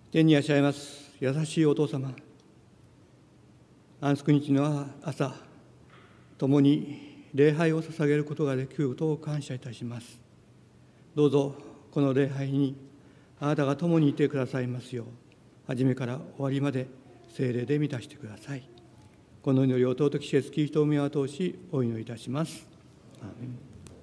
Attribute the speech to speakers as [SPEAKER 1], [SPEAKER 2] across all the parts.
[SPEAKER 1] 天にいらっしゃいます優しいお父様、安息日の朝、共に礼拝を捧げることができることを感謝いたします。どうぞこの礼拝にあなたが共にいてくださいますよう、初めから終わりまで聖霊で満たしてください。この祈りを尊きイエスキリストを御名を通しお祈りいたします。アーメン。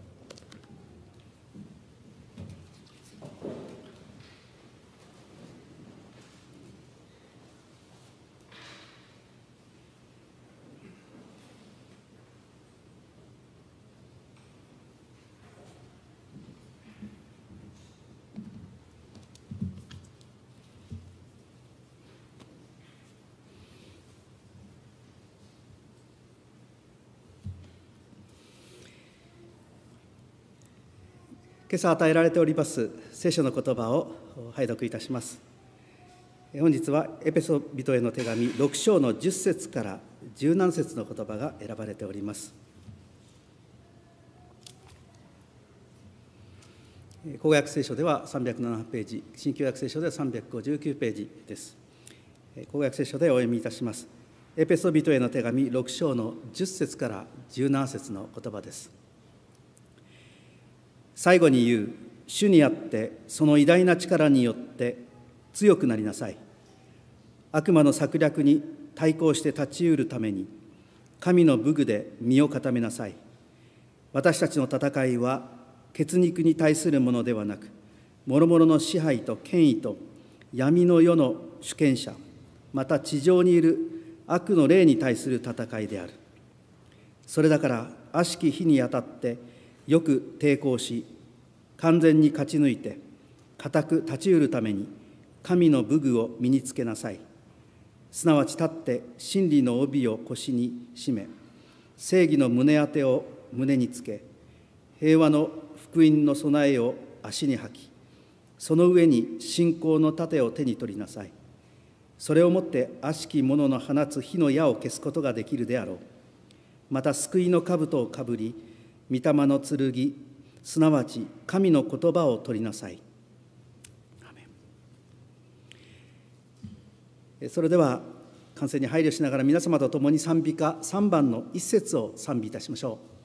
[SPEAKER 2] 今朝与えられております聖書の言葉を拝読いたします。本日はエペソ人への手紙6章の10節から17節の言葉が選ばれております。口語訳聖書では307ページ、新旧約聖書では359ページです。口語訳聖書でお読みいたします。エペソ人への手紙6章の10節から17節の言葉です。最後に言う、主にあってその偉大な力によって強くなりなさい。悪魔の策略に対抗して立ち得るために、神の武具で身を固めなさい。私たちの戦いは血肉に対するものではなく、諸々の支配と権威と闇の世の主権者、また地上にいる悪の霊に対する戦いである。それだから悪しき日にあたってよく抵抗し、完全に勝ち抜いて固く立ち得るために神の武具を身につけなさい。すなわち立って真理の帯を腰に締め、正義の胸当てを胸につけ、平和の福音の備えを足に履き、その上に信仰の盾を手に取りなさい。それをもって悪しき者の放つ火の矢を消すことができるであろう。また救いの兜をかぶり、御霊の剣、すなわち神の言葉を取りなさい。アーメン。それでは完成に配慮しながら皆様と共に賛美歌3番の一節を賛美いたしましょう。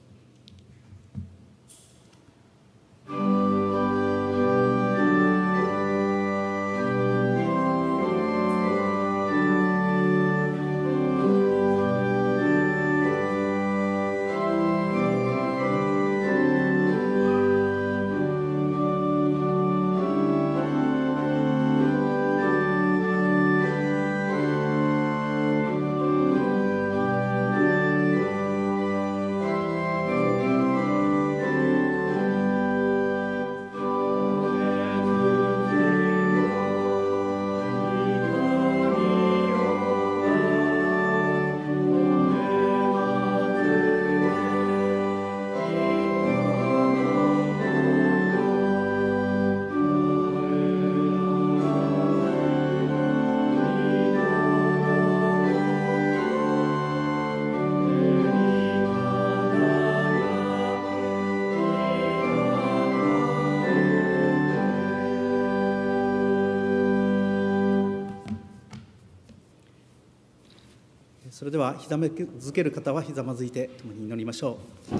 [SPEAKER 2] それではひざまずける方はひざまずいて共に祈りましょう。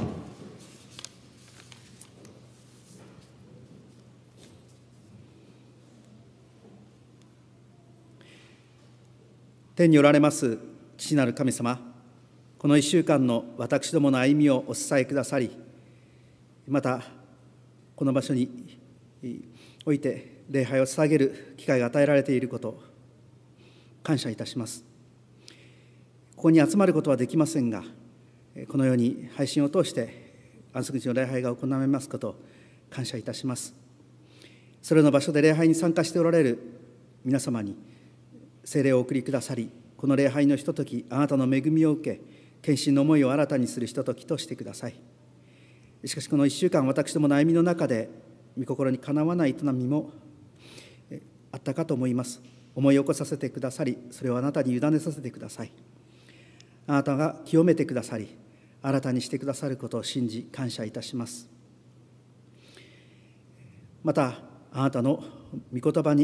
[SPEAKER 2] 天におられます父なる神様、この1週間の私どもの歩みをお伝えくださり、またこの場所において礼拝を捧げる機会が与えられていることを感謝いたします。ここに集まることはできませんが、このように配信を通して安息日の礼拝が行われますことを感謝いたします。それの場所で礼拝に参加しておられる皆様に聖霊をお送りくださり、この礼拝のひととき、あなたの恵みを受け、献身の思いを新たにするひとときとしてください。しかしこの1週間、私どもの歩みの中で御心にかなわない営みもあったかと思います。思い起こさせてくださり、それをあなたに委ねさせてください。あなたが清めてくださり、新たにしてくださることを信じ感謝いたします。またあなたの御言葉に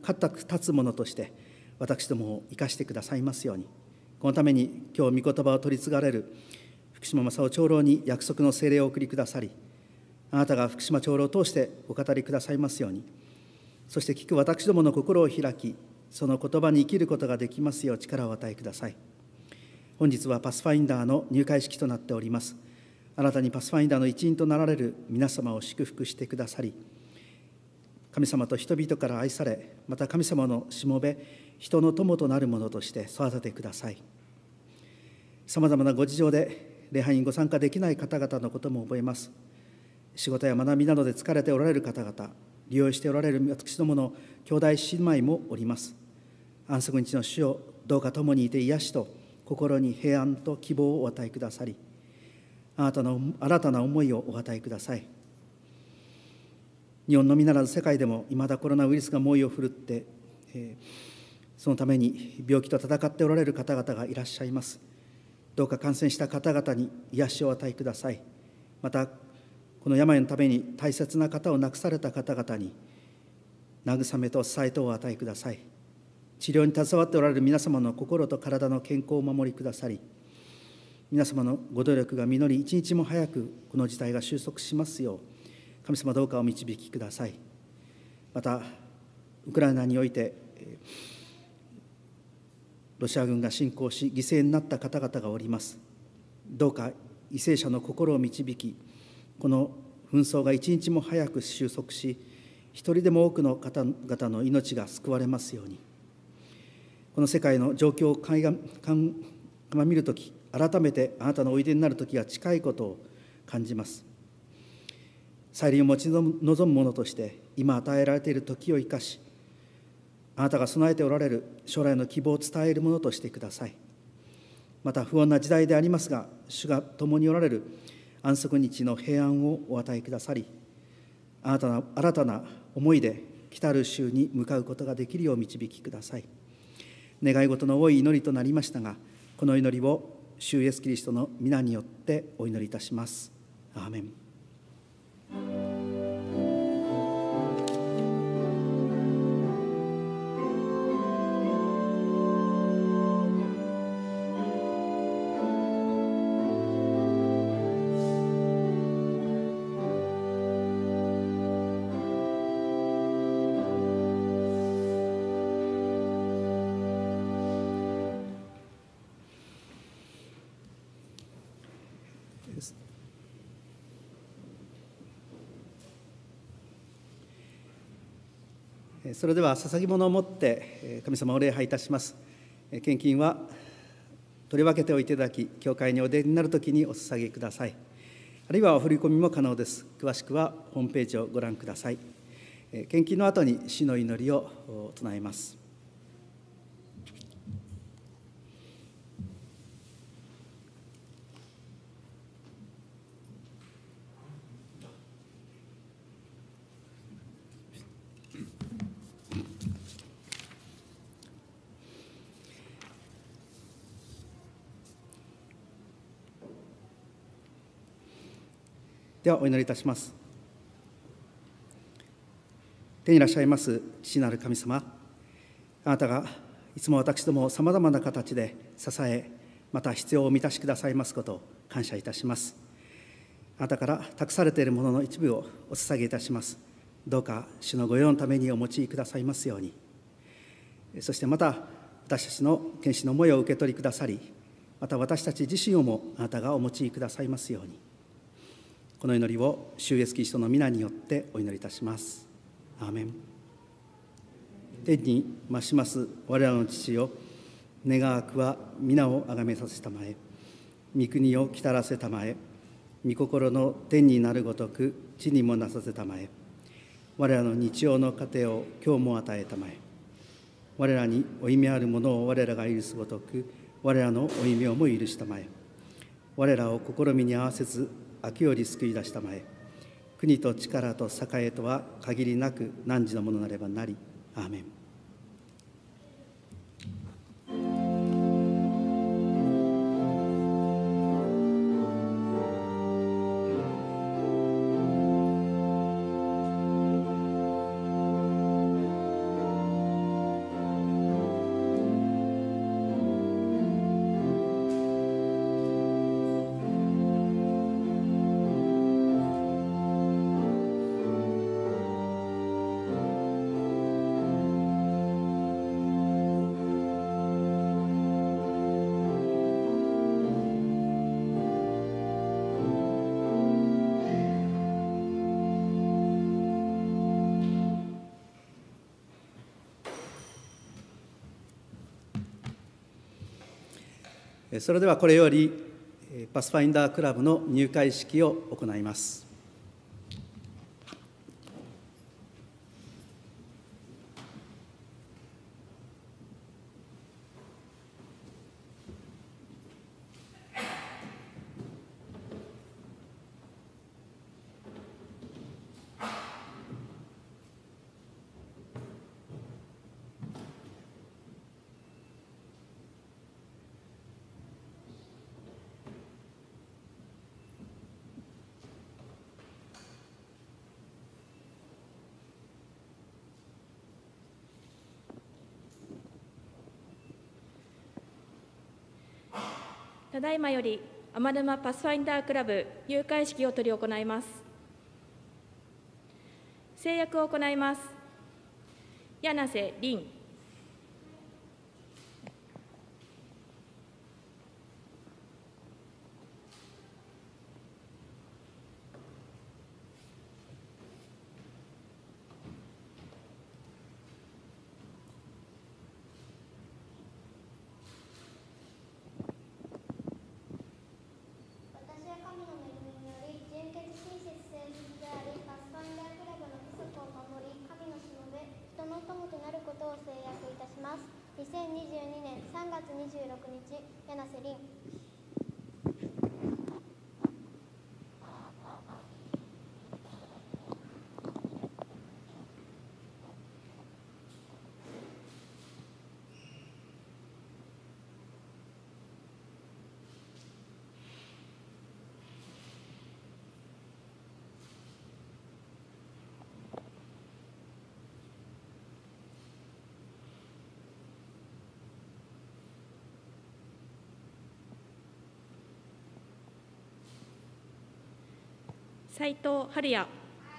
[SPEAKER 2] 固く立つものとして私どもを生かしてくださいますように、このために今日御言葉を取り継がれる福島正夫長老に約束の聖霊をお送りくださり、あなたが福島長老を通してお語りくださいますように、そして聞く私どもの心を開き、その言葉に生きることができますよう力を与えください。本日はパスファインダーの入会式となっております。新たにパスファインダーの一員となられる皆様を祝福してくださり、神様と人々から愛され、また神様のしもべ、人の友となるものとして育ててください。さまざまなご事情で礼拝にご参加できない方々のことも覚えます。仕事や学びなどで疲れておられる方々、利用しておられる私どもの兄弟姉妹もおります。安息日の主をどうか共にいて癒しと心に平安と希望をお与えくださり、あなたの新たな思いをお与えください。日本のみならず世界でもいまだコロナウイルスが猛威を振るって、そのために病気と闘っておられる方々がいらっしゃいます。どうか感染した方々に癒しをお与えください。またこの病のために大切な方を亡くされた方々に慰めと支えとをお与えください。治療に携わっておられる皆様の心と体の健康をお守りくださり、皆様のご努力が実り、一日も早くこの事態が収束しますよう、神様どうかお導きください。また、ウクライナにおいて、ロシア軍が侵攻し、犠牲になった方々がおります。どうか、為政者の心を導き、この紛争が一日も早く収束し、一人でも多くの方々の命が救われますように。この世界の状況を鑑みるとき、改めてあなたのおいでになるときが近いことを感じます。再臨を待ち望む者として、今与えられている時を生かし、あなたが備えておられる将来の希望を伝えるものとしてください。また不穏な時代でありますが、主が共におられる安息日の平安をお与えくださり、あなたの新たな思いで来たる週に向かうことができるよう導きください。願い事の多い祈りとなりましたが、この祈りを主イエスキリストの皆によってお祈りいたします。アーメン。それでは捧げ物を持って神様を礼拝いたします。献金は取り分けておいていただき、教会にお出になるときにお捧げください。あるいはお振り込みも可能です。詳しくはホームページをご覧ください。献金の後に主の祈りを唱えます。ではお祈りいたします。天にいらっしゃいます父なる神様、あなたがいつも私どもさまざまな形で支え、また必要を満たしくださいますことを感謝いたします。あなたから託されているものの一部をお捧げいたします。どうか主の御用のためにお用いくださいますように。そしてまた私たちの献身の思いを受け取りくださり、また私たち自身をもあなたがお用いくださいますように。この祈りを主イエスキリストの皆によってお祈りいたします。アーメン。天に増します我らの父よ、願わくは皆をあがめさせたまえ、御国を来たらせたまえ、御心の天になるごとく地にもなさせたまえ、我らの日曜の糧を今日も与えたまえ、我らに負い目あるものを我らが許すごとく我らの負い目をも許したまえ、我らを試みに合わせず悪より救い出したまえ、国と力と栄とは限りなく汝のものなればなり。アーメン。 それではこれよりパスファインダークラブの入会式を行います。
[SPEAKER 3] ただいまより天沼パスファインダークラブ入会式を執り行います。誓約を行います。柳瀬凛。
[SPEAKER 4] 2022年3月26日、柳瀬凛。
[SPEAKER 3] 斉藤春也。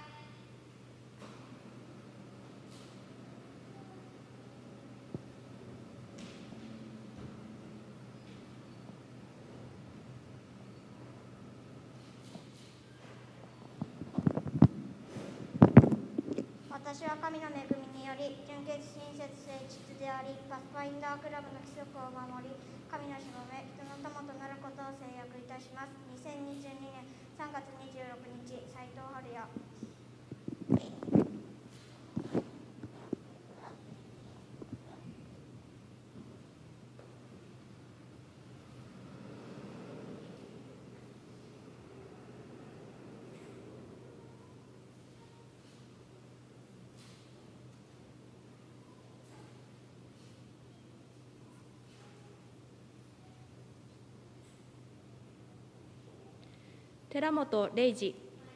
[SPEAKER 4] 私は神の恵みにより、純潔、親切、誠実であり、パスファインダークラブの規則を守り、神のしもべ、人の友となることを誓約いたします。2022年3月26日、斉藤春也。
[SPEAKER 3] 寺本礼二。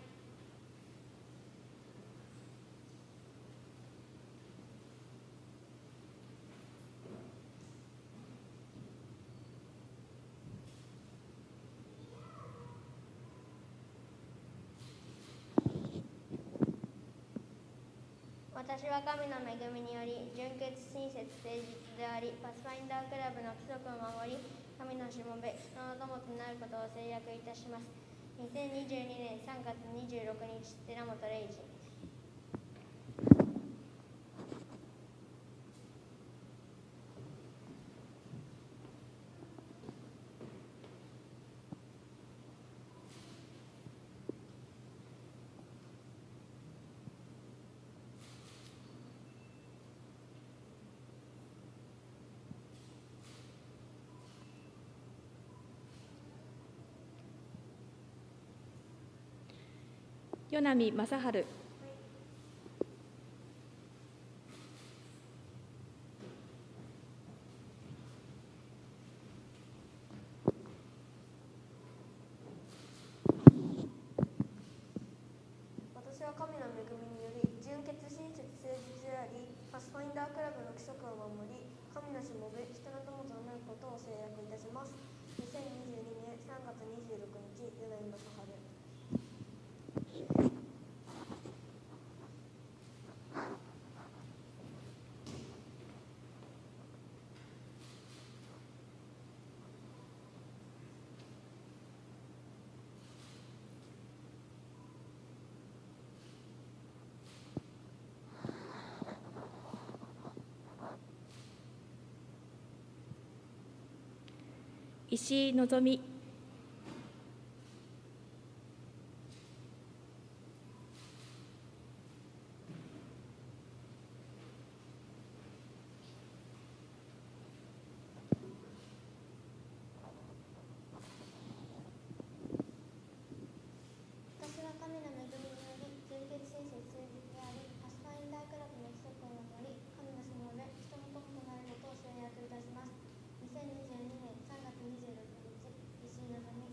[SPEAKER 4] 私は神の恵みにより、純潔、親切、誠実であり、パスファインダークラブの規則を守り、神のしもべ、人の友となることを誓約いたします。2022年3月26日、寺本礼二。
[SPEAKER 3] 与那見正春。
[SPEAKER 4] 私は神の恵みにより、純潔、親切、誠実であり、パスファインダークラブの規則を守り、神のしもべ、人の友となることを誓約いたします。2022年3月26日、与那見正春。
[SPEAKER 3] 石井のぞみ、
[SPEAKER 4] 私は神の恵みにより純潔親切誠実であり、パスファインダークラブの規則を守り、神のしもべ、人の友となることを制約いたします。2022年3月26日、石井のぞみ。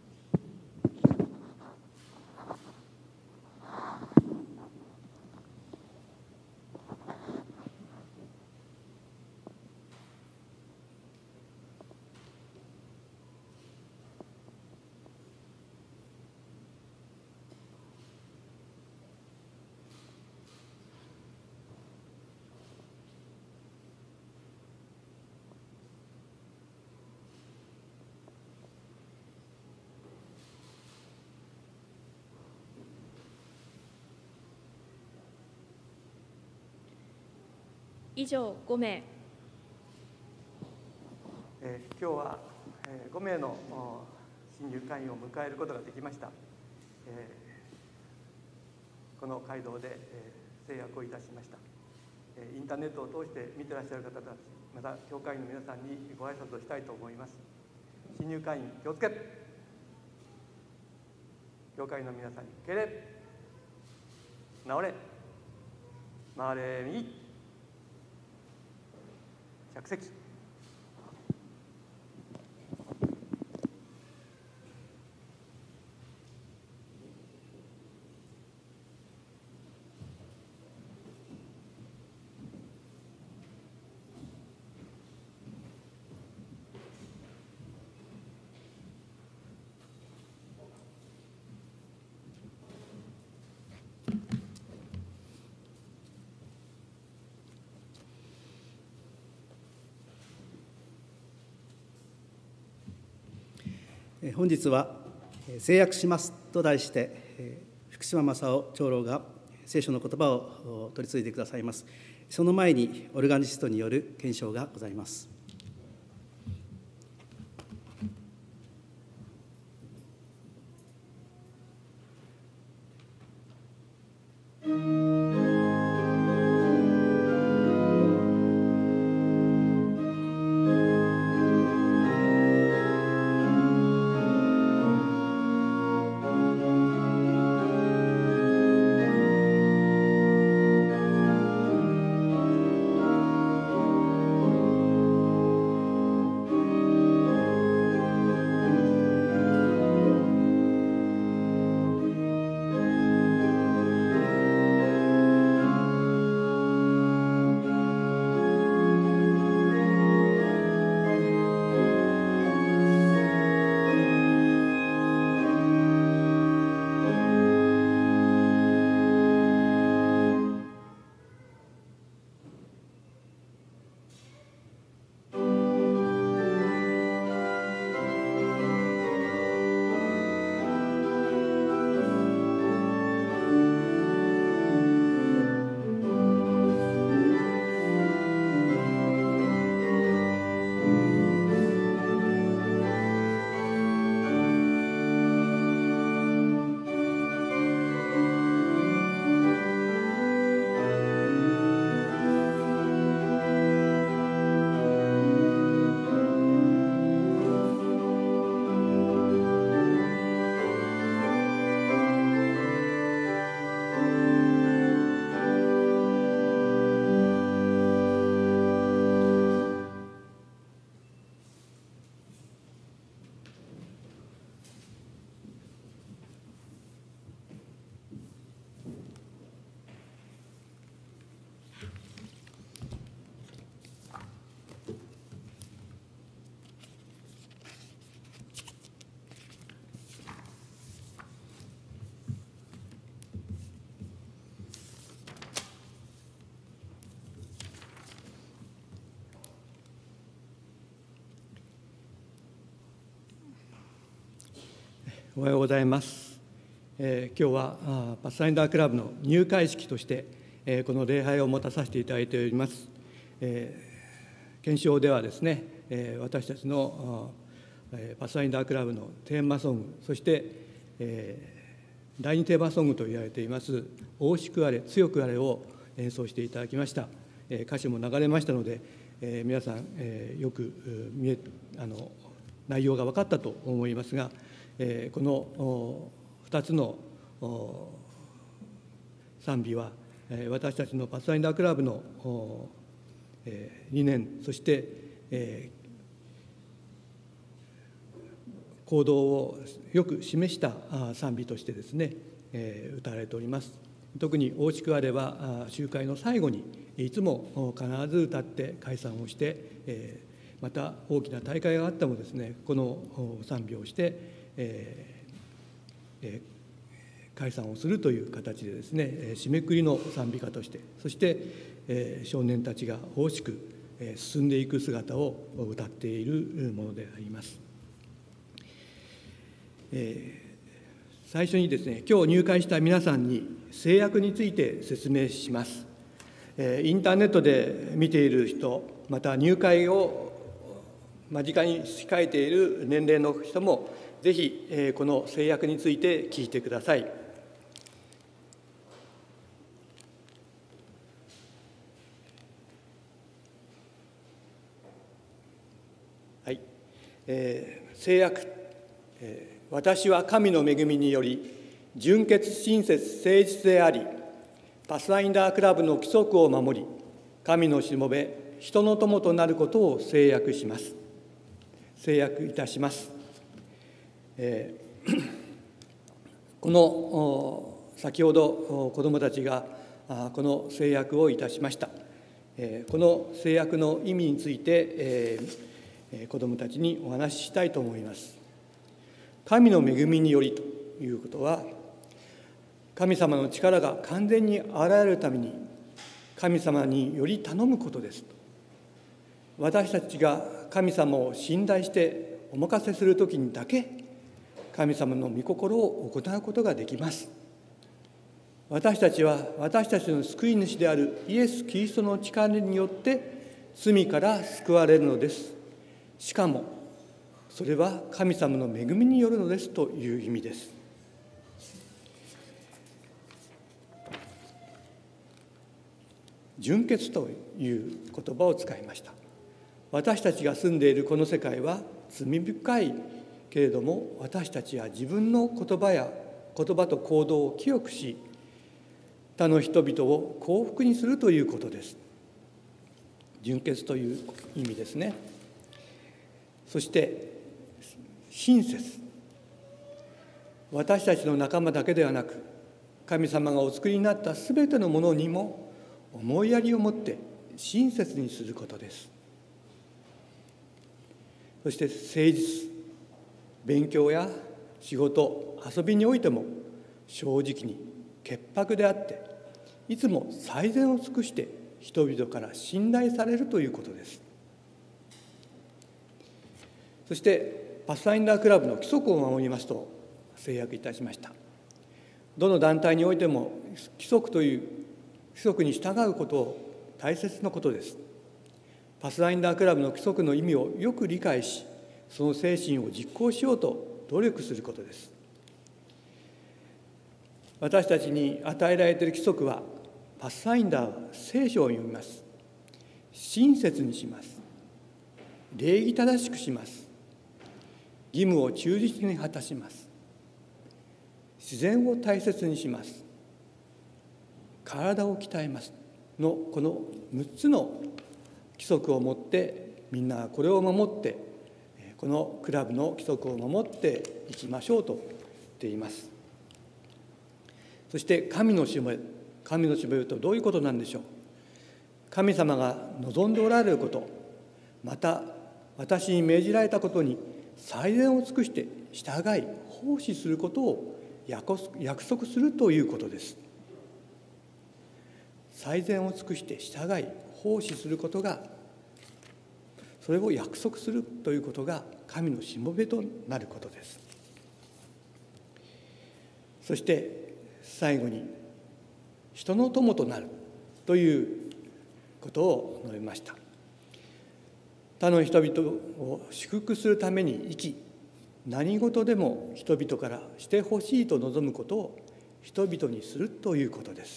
[SPEAKER 3] 以上5名。
[SPEAKER 1] 今日は5名の新入会員を迎えることができました。この街道で制約をいたしました。インターネットを通して見てらっしゃる方たち、また教会員の皆さんにご挨拶をしたいと思います。新入会員気をつけ、教会員の皆さんに敬礼、直れ、回れ右、着席。
[SPEAKER 2] 本日は制約しますと題して、福島正夫長老が聖書の言葉を取り次いでくださいます。その前にオルガニストによる検証がございます。
[SPEAKER 1] おはようございます。今日はパスファインダークラブの入会式として、この礼拝を持たさせていただいております。検証ではですね、私たちのパスファインダークラブのテーマソング、そして、第2テーマソングと言われています「大しくあれ強くあれ」を演奏していただきました。歌詞も流れましたので、皆さん、よく内容が分かったと思いますが、この2つの賛美は、私たちのパスファインダークラブの理念、そして、行動をよく示した賛美としてですね、歌われております。特に「大しくあれ」は集会の最後にいつも必ず歌って解散をして、また大きな大会があってもですね、この賛美をして、解散をするという形でですね、締めくくりの賛美歌として、そして、少年たちが大しく進んでいく姿を歌っているものであります。最初にですね、今日入会した皆さんに制約について説明します。インターネットで見ている人、また入会を間近に控えている年齢の人も、ぜひこの制約について聞いてください。はい、制約、私は神の恵みにより純潔親切誠実であり、パスファインダークラブの規則を守り、神のしもべ人の友となることを制約します。制約いたします。この先ほど子どもたちがこの制約をいたしました。この制約の意味について子どもたちにお話ししたいと思います。神の恵みによりということは、神様の力が完全に現れるために神様により頼むことです。私たちが神様を信頼してお任せするときにだけ神様の御心を行うことができます。私たちは私たちの救い主であるイエス・キリストの力によって罪から救われるのです。しかもそれは神様の恵みによるのですという意味です。純潔という言葉を使いました。私たちが住んでいるこの世界は罪深いけれども、私たちは自分の言葉と行動を清くし、他の人々を幸福にするということです。純潔という意味ですね。そして親切、私たちの仲間だけではなく、神様がお作りになったすべてのものにも思いやりを持って親切にすることです。そして誠実、勉強や仕事、遊びにおいても正直に潔白であって、いつも最善を尽くして人々から信頼されるということです。そしてパスファインダークラブの規則を守りますと制約いたしました。どの団体においても規則という規則に従うことを大切なことです。パスファインダークラブの規則の意味をよく理解し、その精神を実行しようと努力することです。私たちに与えられている規則は、パスファインダーは聖書を読みます。親切にします。礼儀正しくします。義務を忠実に果たします。自然を大切にします。体を鍛えますのこの6つの規則を持って、みんなこれを守って、このクラブの規則を守っていきましょうと言っています。そして神のしもべ、神のしもべとどういうことなんでしょう。神様が望んでおられること、また私に命じられたことに最善を尽くして従い奉仕することを約束するということです。最善を尽くして従い奉仕することが、それを約束するということが神のしもべとなることです。そして最後に人の友となるということを述べました。 他の人々を祝福するために生き、何事でも人々からしてほしいと望むことを人々にするということです。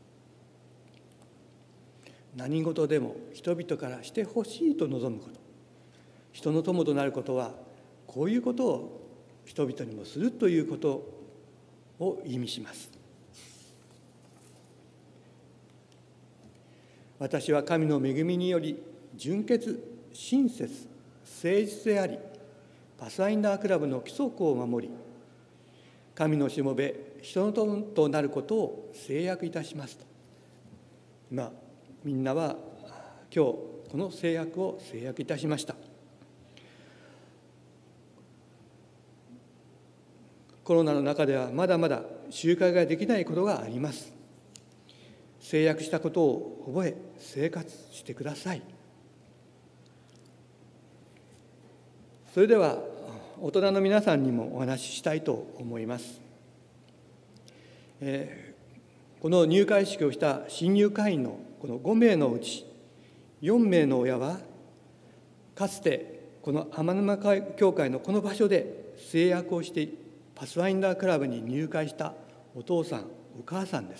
[SPEAKER 1] 何事でも人々からしてほしいと望むこと、人の友となることはこういうことを人々にもするということを意味します。私は神の恵みにより純潔、親切、誠実であり、パスファインダークラブの規則を守り、神のしもべ、人の友となることを誓約いたしますと。今、みんなは今日この誓約を誓約いたしました。コロナの中ではまだまだ集会ができないことがあります。誓約したことを覚え生活してください。それでは大人の皆さんにもお話ししたいと思います。この入会式をした新入会員のこの5名のうち4名の親は、かつてこの天沼教会のこの場所で誓約をしてパスファインダークラブに入会したお父さん、お母さんです。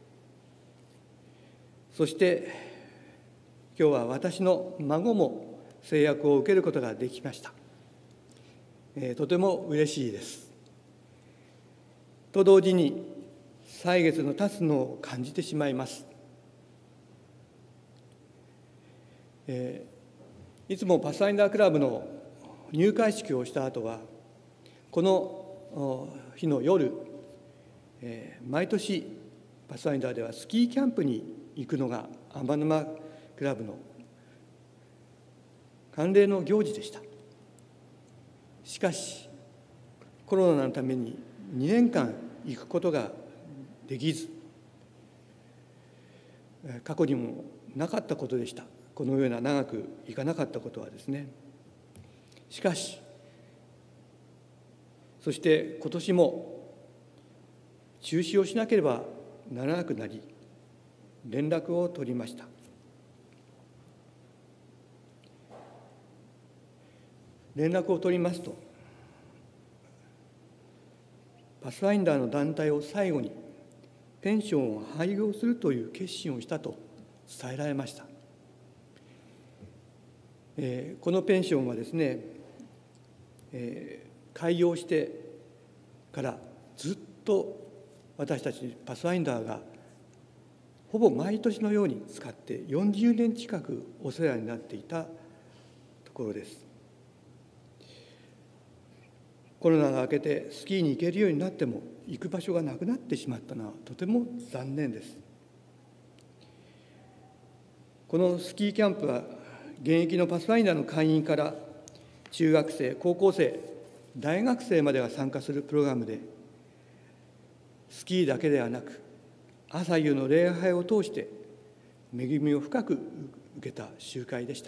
[SPEAKER 1] そして今日は私の孫も誓約を受けることができました。とても嬉しいです。と同時に歳月の経つのを感じてしまいます。いつもパスファインダークラブの入会式をした後は、この日の夜、毎年パスファインダーではスキーキャンプに行くのが天沼クラブの慣例の行事でした。しかしコロナのために2年間行くことができず、過去にもなかったことでした。このような長く行かなかったことはですね。しかしそして今年も中止をしなければならなくなり、連絡を取りました。連絡を取りますと、パスファインダーの団体を最後にペンションを廃業するという決心をしたと伝えられました。このペンションはですね、開業してからずっと私たちパスファインダーがほぼ毎年のように使って40年近くお世話になっていたところです。コロナが明けてスキーに行けるようになっても行く場所がなくなってしまったのはとても残念です。このスキーキャンプは現役のパスファインダーの会員から中学生、高校生、大学生までが参加するプログラムで、スキーだけではなく朝夕の礼拝を通して恵みを深く受けた集会でした。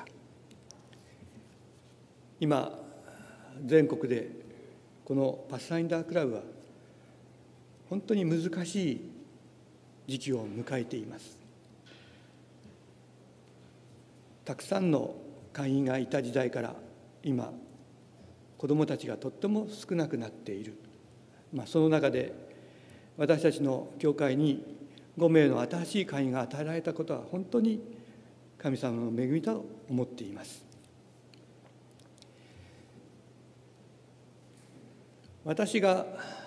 [SPEAKER 1] 今全国でこのパスファインダークラブは本当に難しい時期を迎えています。たくさんの会員がいた時代から今子どもたちがとっても少なくなっている、その中で私たちの教会に5名の新しい会員が与えられたことは本当に神様の恵みだと思っています。私が、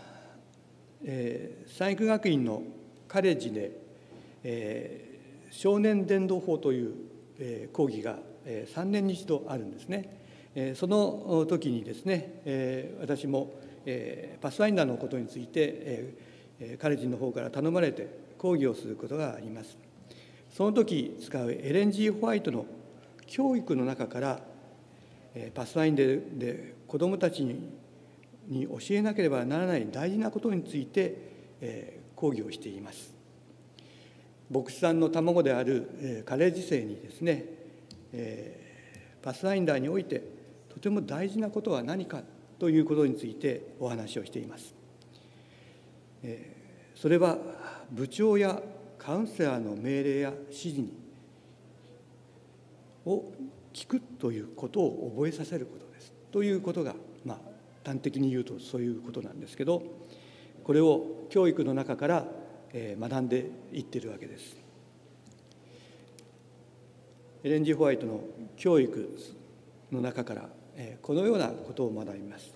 [SPEAKER 1] 三育学院のカレッジで、少年伝道法という講義が3年に一度あるんですね。その時にですね、私もパスファインダーのことについてカレッジの方から頼まれて講義をすることがあります。その時使うエレン・G・ホワイトの教育の中からパスファインダーで子どもたちに教えなければならない大事なことについて講義をしています。牧師さんの卵であるカレッジ生にですね、パスファインダーにおいてとても大事なことは何かということについてお話をしています。それは部長やカウンセラーの命令や指示を聞くということを覚えさせることです。ということが、端的に言うとそういうことなんですけど、これを教育の中から学んでいっているわけです。エレン・G・ホワイトの教育の中からこのようなことを学びます。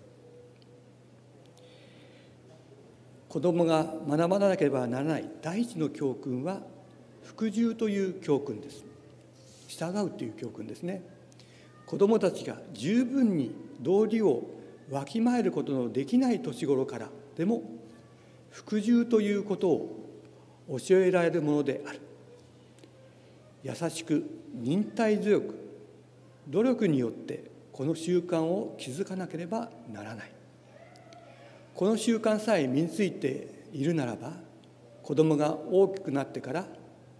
[SPEAKER 1] 子どもが学ばなければならない第一の教訓は服従という教訓です。従うという教訓ですね。子どもたちが十分に道理をわきまえることのできない年頃からでも服従ということを教えられるものである。優しく忍耐強く努力によってこの習慣を築かなければならない。この習慣さえ身についているならば、子どもが大きくなってから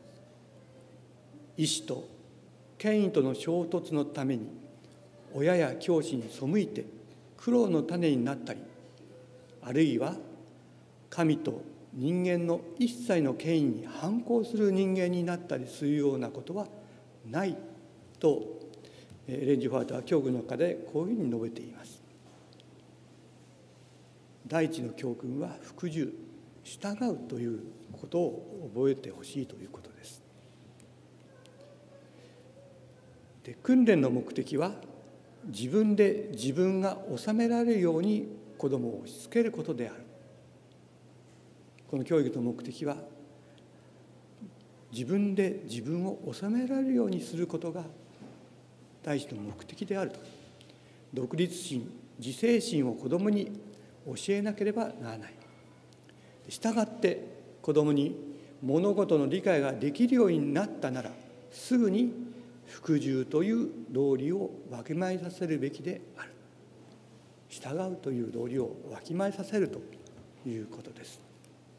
[SPEAKER 1] 意志と権威との衝突のために親や教師に背いて苦労の種になったり、あるいは神と人間の一切の権威に反抗する人間になったりするようなことはないとエレン・G・ホワイトは教訓の中でこういうふうに述べています。第一の教訓は服従、従うということを覚えてほしいということです。で、訓練の目的は自分で自分が治められるように子どもを押し付けることである。この教育の目的は自分で自分を治められるようにすることが第一の目的であると。独立心、自制心を子どもに教えなければならない。したがって子どもに物事の理解ができるようになったなら、すぐに服従という道理をわきまえさせるべきである。従うという道理をわきまえさせるということです。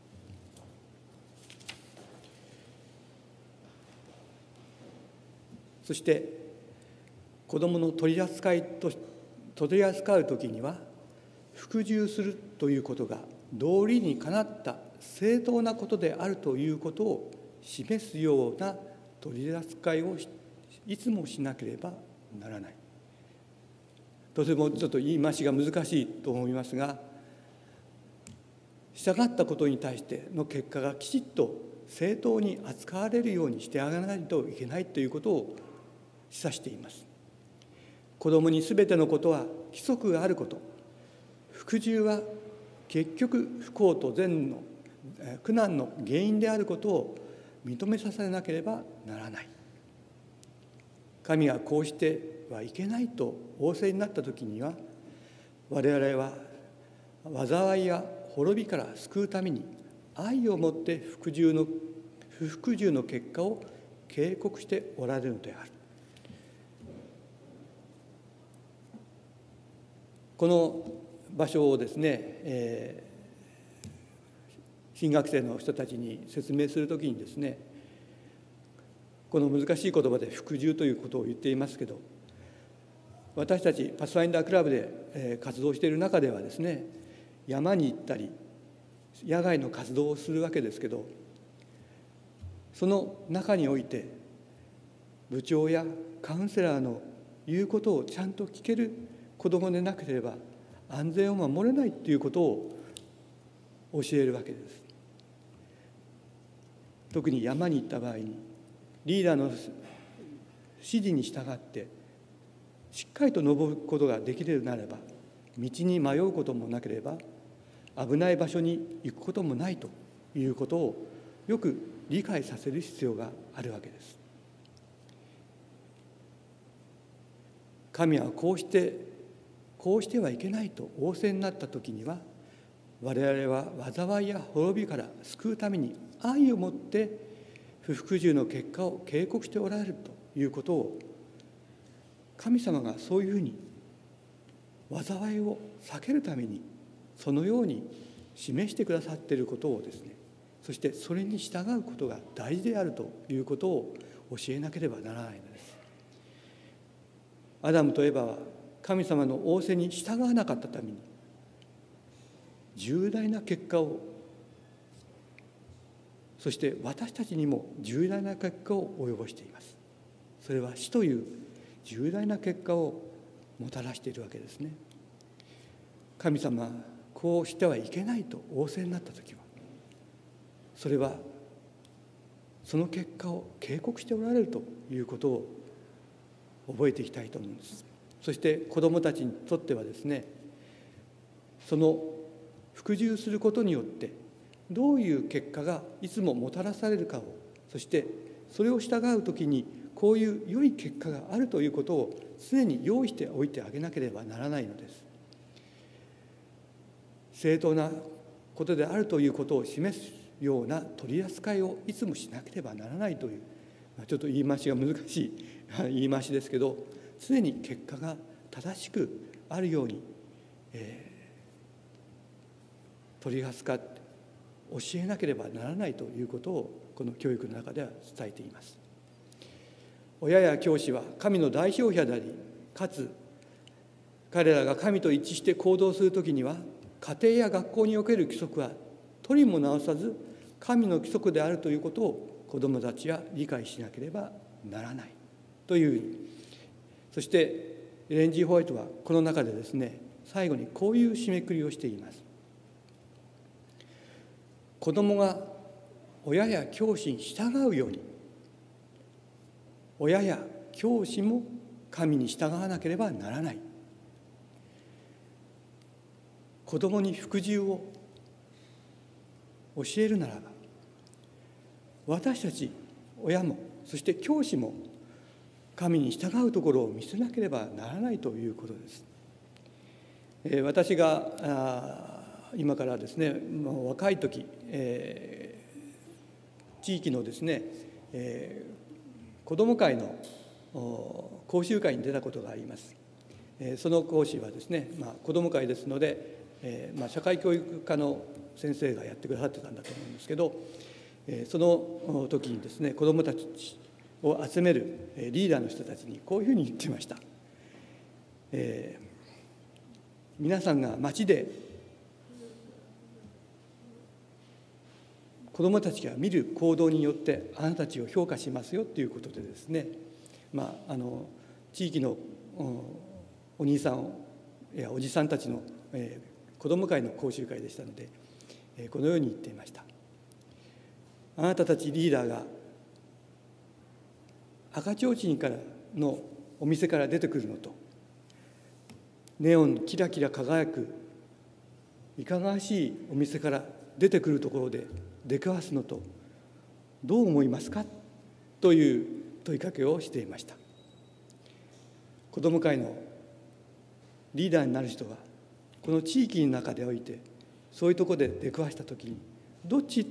[SPEAKER 1] そして子どもの取り扱うときには、服従するということが道理にかなった正当なことであるということを示すような取り扱いをいつもしなければならない。とてもちょっと言い回しが難しいと思いますが、従ったことに対しての結果がきちっと正当に扱われるようにしてあげないといけないということを示唆しています。子どもにすべてのことは規則があること、服従は結局不幸と苦難の原因であることを認めさせなければならない。神がこうしてはいけないと仰せになったときには、我々は災いや滅びから救うために愛をもって不服従の結果を警告しておられるのである。この場所をですね、新学生の人たちに説明するときにですね、この難しい言葉で服従ということを言っていますけど、私たちパスファインダークラブで活動している中ではですね、山に行ったり野外の活動をするわけですけど、その中において部長やカウンセラーの言うことをちゃんと聞ける子どもでなければ安全を守れないということを教えるわけです。特に山に行った場合にリーダーの指示に従ってしっかりと登ることができるならば、道に迷うこともなければ危ない場所に行くこともないということをよく理解させる必要があるわけです。神はこうしてはいけないと仰せになったときには、我々は災いや滅びから救うために愛をもって不服従の結果を警告しておられるということを、神様がそういうふうに災いを避けるためにそのように示してくださっていることをですね、そしてそれに従うことが大事であるということを教えなければならないのです。アダムとエバは神様の仰せに従わなかったために重大な結果を、そして私たちにも重大な結果を及ぼしています。それは死という重大な結果をもたらしているわけですね。神様、こうしてはいけないと仰せになったときは、それはその結果を警告しておられるということを覚えていきたいと思うんです。そして子どもたちにとってはですね、その服従することによってどういう結果がいつももたらされるかを、そしてそれを従うときにこういう良い結果があるということを常に用意しておいてあげなければならないのです。正当なことであるということを示すような取り扱いをいつもしなければならないという、ちょっと言い回しが難しい言い回しですけど、常に結果が正しくあるように、取り扱って教えなければならないということをこの教育の中では伝えています。親や教師は神の代表者であり、かつ彼らが神と一致して行動するときには、家庭や学校における規則は取りも直さず神の規則であるということを子どもたちは理解しなければならないという。そしてエレン・G・ホワイトはこの中でですね、最後にこういう締めくくりをしています。子どもが親や教師に従うように、親や教師も神に従わなければならない。子どもに服従を教えるならば、私たち親もそして教師も神に従うところを見せなければならないということです。私が今からですね、若い時、地域のですね、子ども会の講習会に出たことがあります。その講師はですね、子ども会ですので、社会教育科の先生がやってくださってたんだと思うんですけど、その時にですね、子どもたちを集めるリーダーの人たちにこういうふうに言っていました。皆さんが町で子どもたちが見る行動によってあなたたちを評価しますよということでですね、地域のお兄さんやおじさんたちの子ども会の講習会でしたので、このように言っていました。あなたたちリーダーが赤ちょうちんからのお店から出てくるのと、ネオンのキラキラ輝くいかがわしいお店から出てくるところで出くわすのとどう思いますかという問いかけをしていました。子ども会のリーダーになる人はこの地域の中でおいてそういうところで出くわしたときにどっち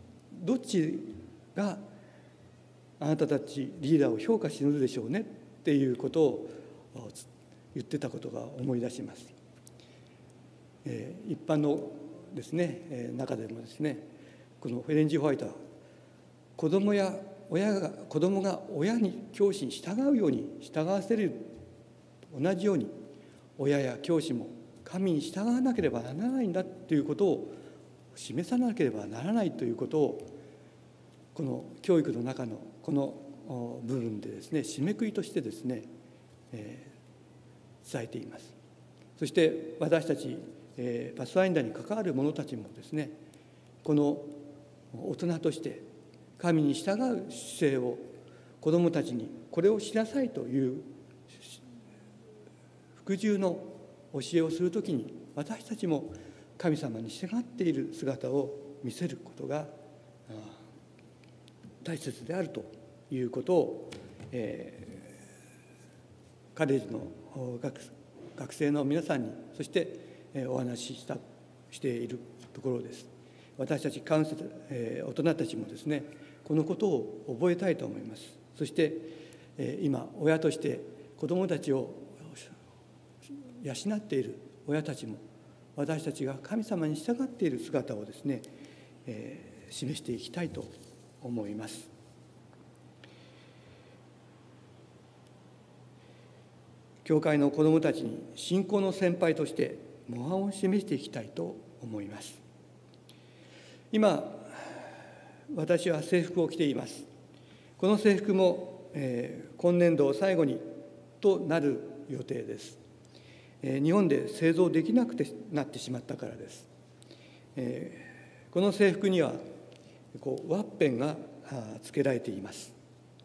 [SPEAKER 1] があなたたちリーダーを評価するでしょうねっていうことを言ってたことが思い出します。一般のですね、中でもですね、このエレン・G・ホワイトは子どもが親に教師に従うように従わせる同じように親や教師も神に従わなければならないんだということを示さなければならないということをこの教育の中のこの部分でですね、締めくくりとしてですね、伝えています。そして私たちパスファインダーに関わる者たちもですね、この大人として神に従う姿勢を子どもたちにこれをしなさいという服従の教えをするときに私たちも神様に従っている姿を見せることが大切であるということを、カレッジの学生の皆さんにそしてお話ししているところです。私たちカウンセラー、大人たちもですね、このことを覚えたいと思います。そして今親として子どもたちを養っている親たちも私たちが神様に従っている姿をですね、示していきたいと思います。教会の子どもたちに信仰の先輩として模範を示していきたいと思います。今私は制服を着ています。この制服も、今年度を最後にとなる予定です。日本で製造できなくなってしまったからです。この制服にはワッペンが付けられています。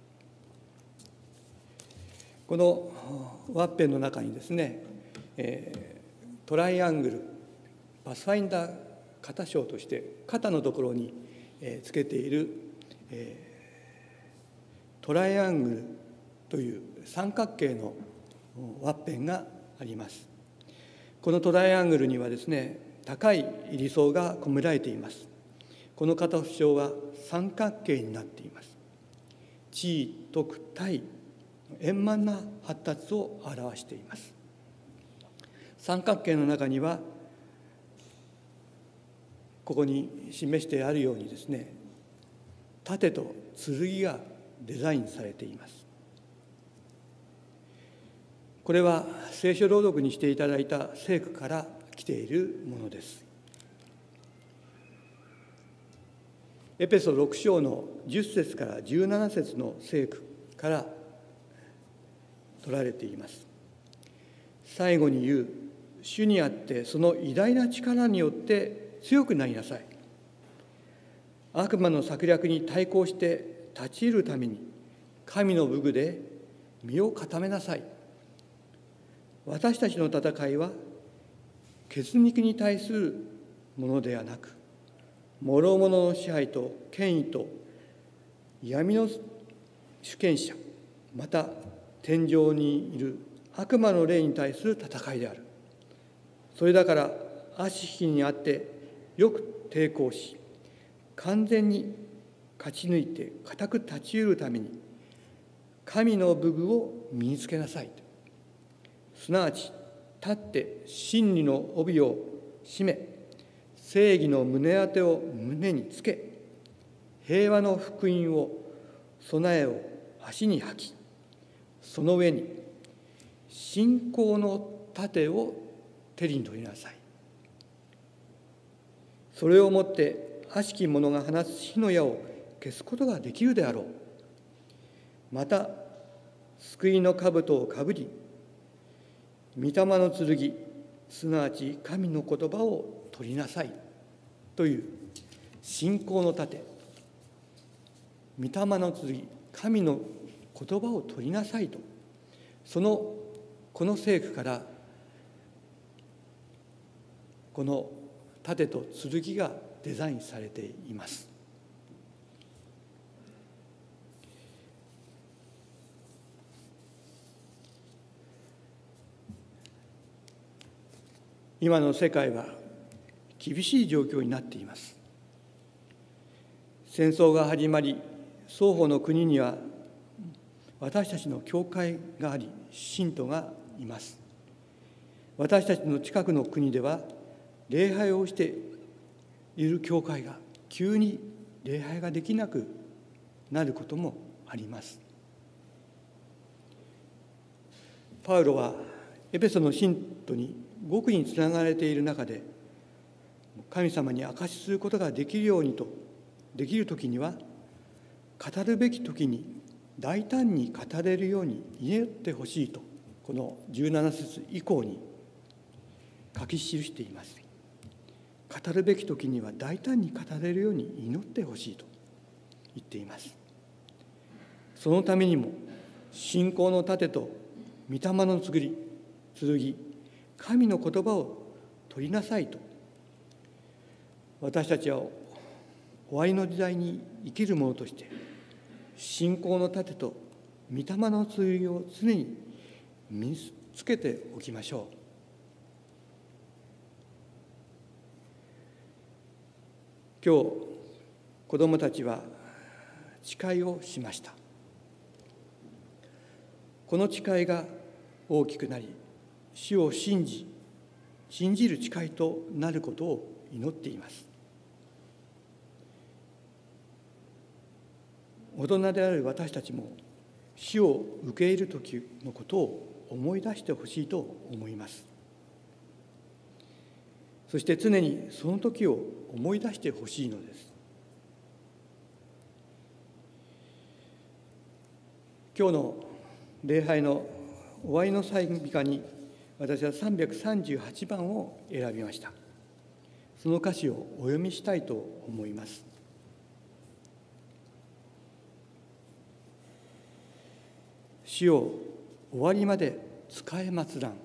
[SPEAKER 1] このワッペンの中にですね、トライアングル、パスファインダー肩章として肩のところにつけているトライアングルという三角形のワッペンがあります。このトライアングルにはですね、高い理想が込められています。この肩章は三角形になっています。地位、徳、体、円満な発達を表しています。三角形の中にはここに示してあるようにですね、盾と剣がデザインされています。これは聖書朗読にしていただいた聖句から来ているものです。エペソ6章の10節から17節の聖句から取られています。最後に言う、主にあってその偉大な力によって強くなりなさい。悪魔の策略に対抗して立ち入るために神の武具で身を固めなさい。私たちの戦いは血肉に対するものではなく、諸々の支配と権威と闇の主権者、また天上にいる悪魔の霊に対する戦いである。それだから足引きにあってよく抵抗し、完全に勝ち抜いて固く立ち得るために神の武具を身につけなさい。すなわち立って真理の帯を締め、正義の胸当てを胸につけ、平和の福音を備えを足に履き、その上に信仰の盾を手に取りなさい。それをもって悪しき者が放つ火の矢を消すことができるであろう。また救いの兜をかぶり、御霊の剣、すなわち神の言葉を取りなさいという信仰の盾、御霊の剣、神の言葉を取りなさいと、この聖句からこの盾と剣がデザインされています。今の世界は厳しい状況になっています。戦争が始まり、双方の国には私たちの教会があり、信徒がいます。私たちの近くの国では礼拝をしている教会が急に礼拝ができなくなることもあります。パウロはエペソの信徒に極意につながれている中で、神様に証しすることができるようにと、できるときには、語るべきときに大胆に語れるように祈ってほしいと、この17節以降に書き記しています。語るべきときには大胆に語れるように祈ってほしいと言っています。そのためにも、信仰の盾と御霊の剣、神の言葉を取りなさいと。私たちは終わりの時代に生きる者として、信仰の盾と御霊の剣を常に身につけておきましょう。今日、子どもたちは誓いをしました。この誓いが大きくなり、主を信じる誓いとなることを祈っています。大人である私たちも死を受け入れる時のことを思い出してほしいと思います。そして常にその時を思い出してほしいのです。今日の礼拝の終わりの賛美歌に私は338番を選びました。その歌詞をお読みしたいと思います。主を終わりまで仕え祭らん。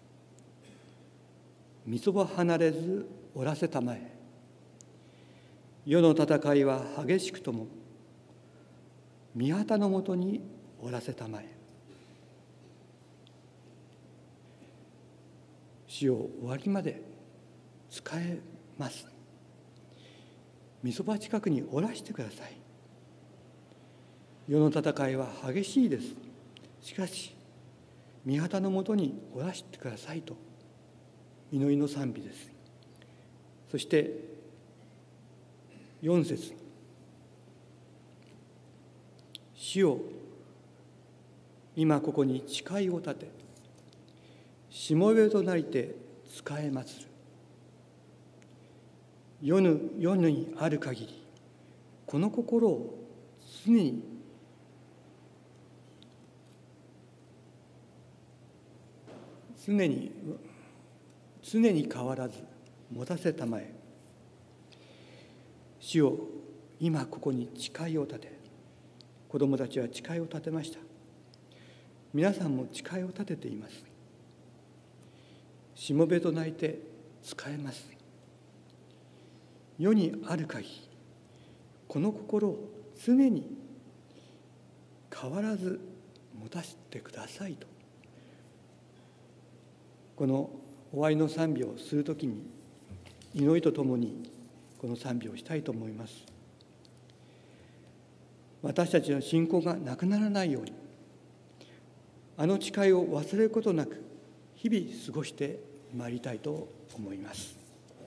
[SPEAKER 1] みそば離れずおらせたまえ。世の戦いは激しくとも、御旗のもとにおらせたまえ。主を終わりまで仕えます。みそば近くにおらしてください。世の戦いは激しいです。しかし、御旗のもとにおらしてくださいと、祈りの賛美です。そして4節、主よ、今ここに誓いを立て、しもべとなりて仕え祭る。世にある限り、この心を常に変わらず持たせたまえ。主よ、今ここに誓いを立て、子どもたちは誓いを立てました。皆さんも誓いを立てています。しもべとなりて仕えます。世にある限り、この心を常に変わらず持たせてくださいと、この終わりの賛美をするときに祈りとともにこの賛美をしたいと思います。私たちの信仰がなくならないように、あの誓いを忘れることなく日々過ごしてまいりたいと思います。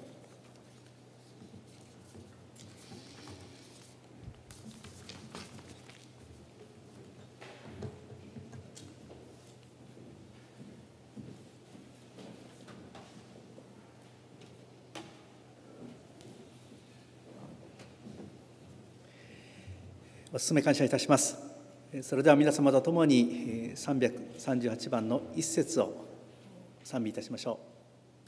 [SPEAKER 2] お勧め感謝いたします。それでは皆様と共に338番の一節を賛美いたしましょう。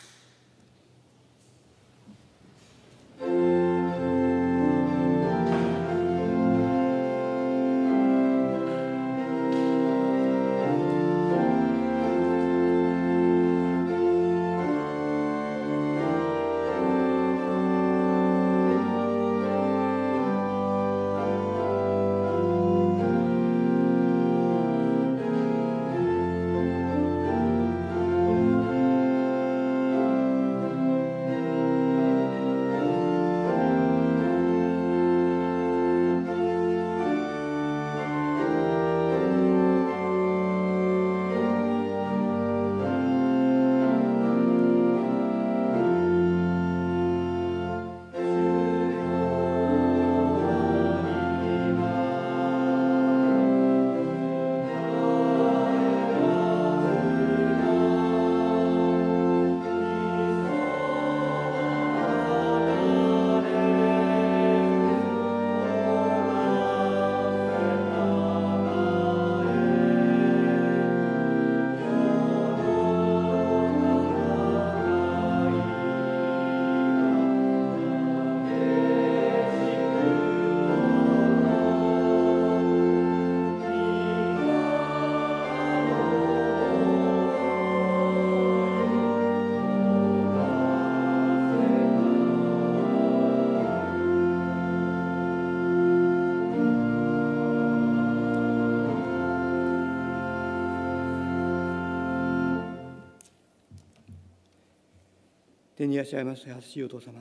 [SPEAKER 2] 天にいらっしゃいます優しいお父様、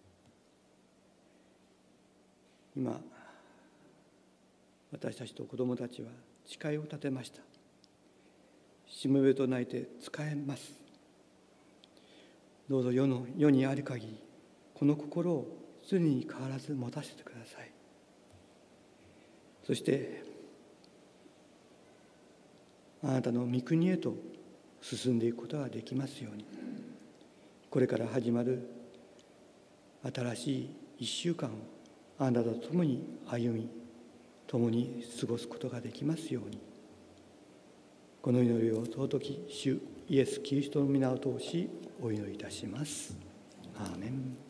[SPEAKER 2] 今私たちと子どもたちは誓いを立てました。しもべとなりて仕えます。どうぞ世にある限り、この心を常に変わらず持たせてください。そしてあなたの御国へと進んでいくことができますように、これから始まる新しい1週間をあなたと共に歩み、共に過ごすことができますように、
[SPEAKER 1] この祈りを尊き主イエス・キリストの皆を通しお祈りいたします。アーメン。